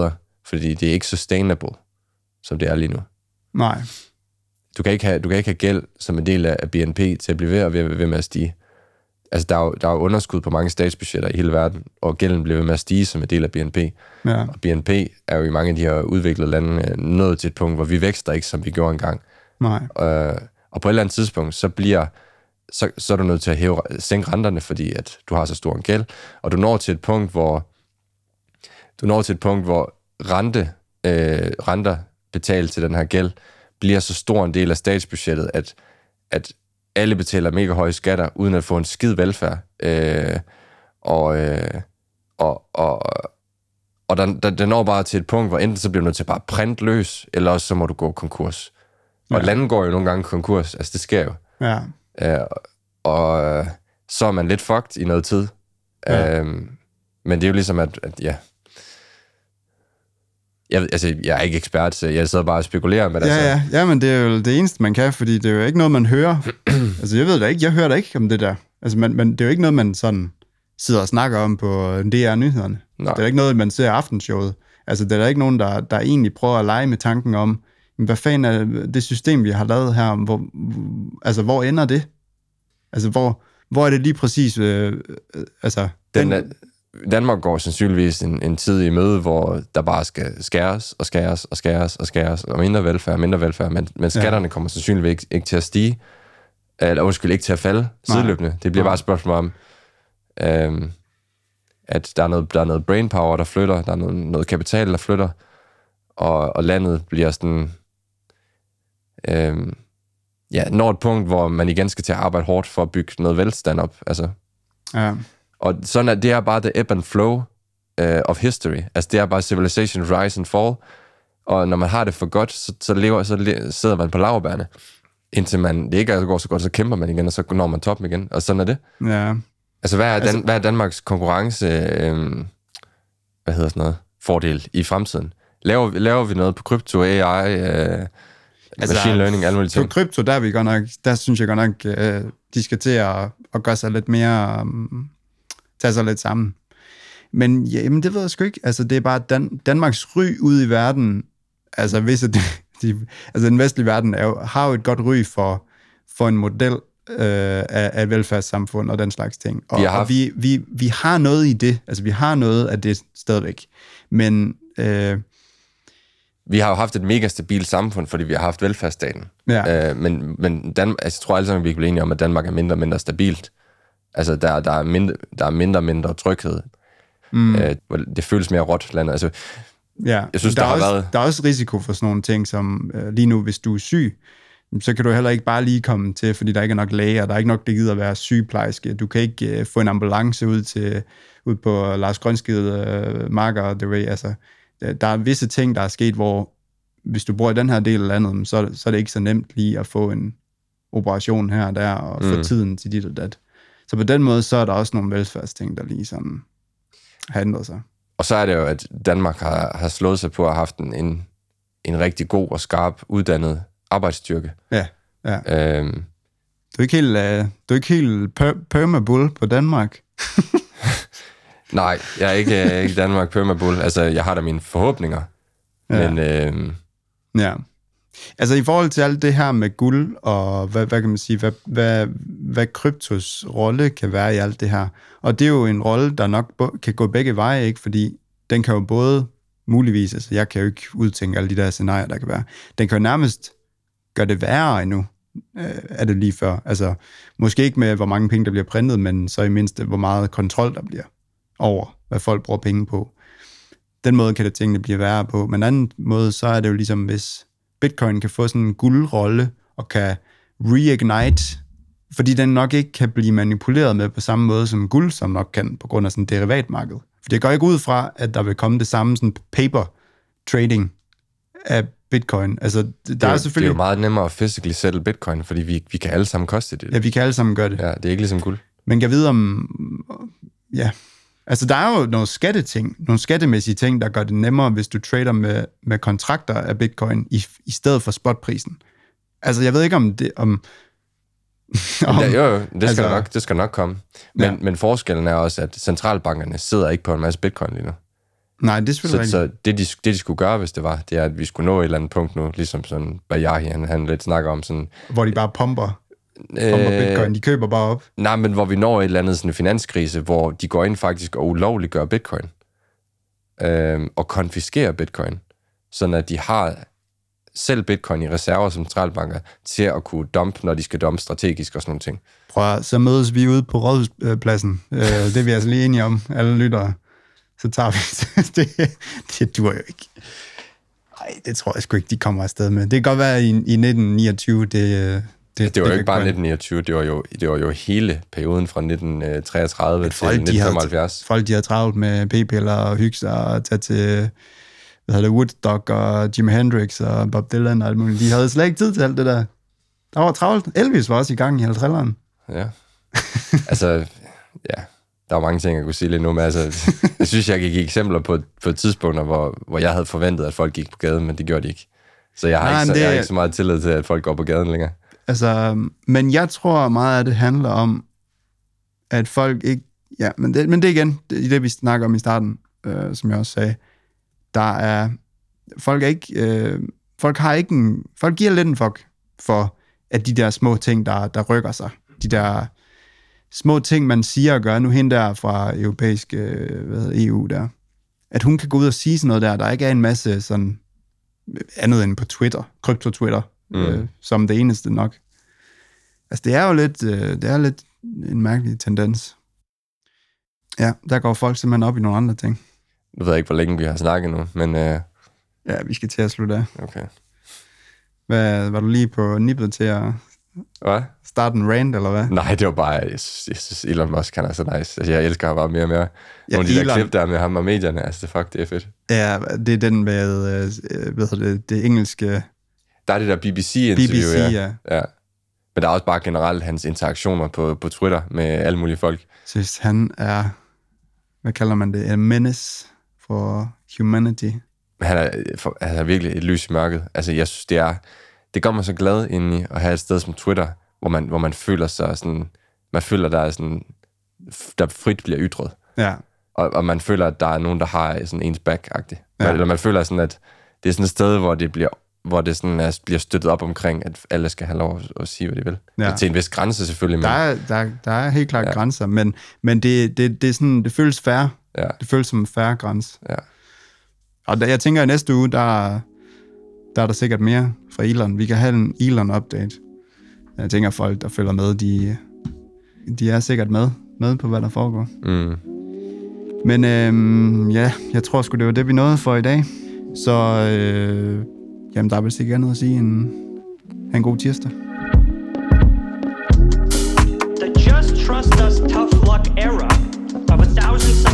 fordi det er ikke sustainable, som det er lige nu. Nej. Du kan ikke have gæld som en del af BNP til at blive ved med at stige. Altså, der er jo underskud på mange statsbudgetter i hele verden, og gælden bliver ved med at stige som en del af BNP. Ja. Og BNP er jo i mange af de her udviklede lande nået til et punkt, hvor vi vækster ikke, som vi gjorde engang. Nej. Og på et eller andet tidspunkt, så er du nødt til at sænke renterne, fordi at du har så stor en gæld, og du når til et punkt, hvor renter betalt til den her gæld bliver så stor en del af statsbudgettet, at alle betaler mega høje skatter, uden at få en skid velfærd. Og der når bare til et punkt, hvor enten så bliver du nødt til bare printe løs, eller også så må du gå konkurs. Og landet går jo nogle gange konkurs, altså det sker jo. Ja. Og så er man lidt fucked i noget tid. Ja. Men det er jo ligesom, at ja... Jeg er ikke ekspert, så jeg sidder bare og spekulerer med det. Ja, men det er jo det eneste, man kan, fordi det er jo ikke noget, man hører. Altså, jeg ved det ikke. Jeg hører da ikke om det der. Altså, men det er jo ikke noget, man sådan sidder og snakker om på DR-nyhederne. Det er ikke noget, man ser i aftenshowet. Altså, det er der ikke nogen, der egentlig prøver at lege med tanken om, hvad fanden er det system, vi har lavet her? Hvor ender det? Altså, hvor er det lige præcis? Danmark går sandsynligvis en tid i møde, hvor der bare skal skæres, og mindre velfærd, men skatterne kommer sandsynligvis ikke til at stige, eller ikke til at falde sideløbende. Det bliver bare et spørgsmål om, at der er noget brainpower, der flytter, der er noget kapital, der flytter, og landet bliver sådan, når et punkt, hvor man igen skal til at arbejde hårdt for at bygge noget velstand op, altså. Ja. Og sådan det er bare the ebb and flow of history. Altså det er bare civilization rise and fall. Og når man har det for godt, så sidder man på laurbærne. Indtil det ikke går så godt, så kæmper man igen, og så når man toppen igen. Og sådan er det. Ja. Altså hvad er Danmarks konkurrence, fordel i fremtiden? Laver vi noget på krypto, AI, machine learning, alle mulige ting? På krypto, der synes jeg godt nok, de skal til at gøre sig lidt mere... tage sig lidt sammen. Men jamen, det ved jeg sgu ikke. Altså, det er bare Danmarks ry ude i verden. Altså, den vestlige verden har jo et godt ry for en model af et velfærdssamfund og den slags ting. Og vi har noget i det. Altså, vi har noget af det stadigvæk. Men... vi har jo haft et mega stabilt samfund, fordi vi har haft velfærdsstaten. Ja. Men jeg tror alle sammen, vi kan blive enige om, at Danmark er mindre og mindre stabilt. Altså, der er mindre tryghed. Det føles mere råt landet. Altså, ja, jeg synes, der er også risiko for sådan nogle ting, som lige nu, hvis du er syg, så kan du heller ikke bare lige komme til, fordi der ikke er nok læger, der er ikke nok, det gider at være sygeplejerske. Du kan ikke få en ambulance ud på Lars Grønskede marker. Altså, der er visse ting, der er sket, hvor hvis du bor i den her del af landet, så er det ikke så nemt lige at få en operation her og der, og få tiden til dit og dat. Så på den måde, så er der også nogle velfærdsting, der lige sådan har ændret sig. Og så er det jo, at Danmark har slået sig på at have haft en rigtig god og skarp uddannet arbejdsstyrke. Ja. Du er ikke helt permabull på Danmark. Nej, jeg er ikke Danmark permabull. Altså, jeg har da mine forhåbninger. Ja. Men... Ja. Altså i forhold til alt det her med guld, og hvad kan man sige, hvad kryptos rolle kan være i alt det her. Og det er jo en rolle, der nok kan gå begge veje, ikke? Fordi den kan jo både muligvis, altså jeg kan jo ikke udtænke alle de der scenarier, der kan være. Den kan jo nærmest gøre det værre endnu, er det lige før. Altså måske ikke med, hvor mange penge, der bliver printet, men så i mindste, hvor meget kontrol, der bliver over, hvad folk bruger penge på. Den måde kan det tingene blive værre på. Men anden måde, så er det jo ligesom, hvis Bitcoin kan få sådan en guldrolle og kan reignite, fordi den nok ikke kan blive manipuleret med på samme måde som guld, som nok kan på grund af sådan et derivatmarked. For det går ikke ud fra, at der vil komme det samme sådan paper trading af Bitcoin. Altså, der er selvfølgelig... Det er jo meget nemmere at physically settle Bitcoin, fordi vi kan alle sammen koste det. Ja, vi kan alle sammen gøre det. Ja, det er ikke ligesom guld. Men kan vide om... Ja... Altså, der er jo nogle skattemæssige ting, der gør det nemmere, hvis du trader med kontrakter af Bitcoin i stedet for spotprisen. Altså, jeg ved ikke om det... Det skal nok komme. Men forskellen er også, at centralbankerne sidder ikke på en masse Bitcoin lige nu. Nej, det er selvfølgelig så det de skulle gøre, hvis det var, det er, at vi skulle nå et eller andet punkt nu, ligesom sådan Bayahi, han lidt snakker om sådan... Hvor de bare pumper bitcoin, de køber bare op. Nej, men hvor vi når et eller andet sådan en finanskrise, hvor de går ind faktisk og ulovliggør bitcoin. Og konfiskerer bitcoin. Sådan at de har selv bitcoin i reserver som centralbanker til at kunne dumpe, når de skal dumpe strategisk og sådan nogle ting. Prøv at, så mødes vi ude på Rådhuspladsen. Det er vi altså lige enige om, alle lyttere. Så tager vi det duer jo ikke. Nej, det tror jeg sgu ikke, de kommer afsted med. Det kan godt være i 1929, det var jo ikke bare 1929, det var jo hele perioden fra 1933 til 1975. Folk, de havde travlt med p-piller og hygge sig og tage til Woodstock og Jimi Hendrix og Bob Dylan og alt muligt. De havde slet ikke tid til alt det der. Der var travlt. Elvis var også i gang i 50'erne. Ja. Altså, ja. Der var mange ting, jeg kunne sige lige nu, men altså, jeg synes, jeg gik eksempler på tidspunkter, hvor jeg havde forventet, at folk gik på gaden, men det gjorde de ikke. Så jeg har ikke så meget tillid til, at folk går på gaden længere. Altså, men jeg tror meget, at det handler om, at folk ikke... Ja, men det igen, det vi snakker om i starten, som jeg også sagde, der er... Folk giver lidt en fuck for, at de der små ting, der rykker sig, de der små ting, man siger og gør, nu hende der fra europæisk EU der, at hun kan gå ud og sige sådan noget der ikke er en masse sådan andet end på Twitter, krypto-Twitter, som det eneste nok. Altså, det er jo lidt en mærkelig tendens. Ja, der går folk simpelthen op i nogle andre ting. Nu ved jeg ikke, hvor længe vi har snakket nu, men... Ja, vi skal til at slutte af. Okay. Var du lige på nippet til at starte en rant, eller hvad? Nej, det var bare... Jeg synes Elon Musk, han er så nice. Altså, jeg elsker ham bare mere og mere. Nogle af de der klip der med ham og medierne, altså, det er fedt. Ja, det er den med, det engelske... Der er det der BBC-interview, ja. Men der er også bare generelt hans interaktioner på Twitter med alle mulige folk. Jeg synes, han er... Hvad kalder man det? A menace for humanity. Han er virkelig et lys i mørket. Altså, jeg synes, det gør mig så glad indeni at have et sted som Twitter, hvor man føler sig sådan... Man føler, der frit bliver ytret. Ja. Og man føler, at der er nogen, der har sådan ens back-agtigt. Ja. Eller man føler sådan, at det er sådan et sted, hvor det sådan bliver støttet op omkring, at alle skal have lov at sige, hvad de vil. Ja. Til en vis grænse selvfølgelig. Men... Der er helt klart grænser, men det er sådan, det føles fair. Ja. Det føles som en fair grænse. Ja. Og jeg tænker, at næste uge, der er der sikkert mere fra Elon. Vi kan have en Elon-update. Jeg tænker, at folk, der følger med, de er sikkert med på, hvad der foregår. Mm. Men jeg tror sgu, det var det, vi nåede for i dag. Så jamen, der er vist ikke andet at sige end en god tirsdag. The just trust us tough luck era of 1,000